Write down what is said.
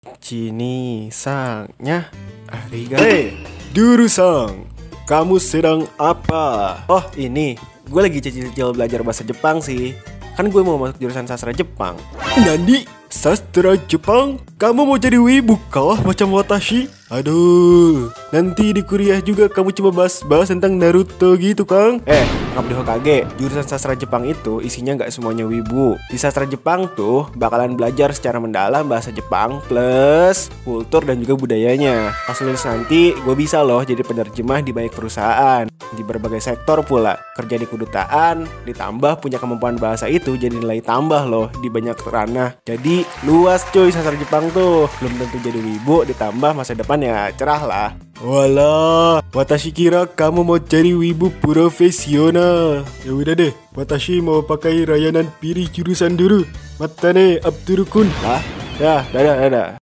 Cini sangnya arigato. Hei, Duru-sang, kamu sedang apa? Oh ini, gue lagi cicil-cicil belajar bahasa Jepang sih. Kan gue mau masuk jurusan sastra Jepang. Nani? Sastra Jepang? Kamu mau jadi wibu kah macam watashi? Aduh, nanti di kuliah juga kamu coba bahas tentang Naruto gitu, Kang? Ngap di Hokage, jurusan sastra Jepang itu isinya nggak semuanya wibu. Di sastra Jepang tuh bakalan belajar secara mendalam bahasa Jepang plus kultur dan juga budayanya. Pas lulus nanti, gue bisa loh jadi penerjemah di banyak perusahaan, di berbagai sektor pula. Kerja di kedutaan, ditambah punya kemampuan bahasa itu jadi nilai tambah loh di banyak ranah. Jadi luas cuy sastra Jepang tuh. Belum tentu jadi wibu, ditambah masa depan ya cerah lah. Walah, watashi kira kamu mau jadi wibu profesional. Ya udah deh, watashi mau pakai rayanan pilih jurusan dulu. Matane Abdurukun. Lah, dadah.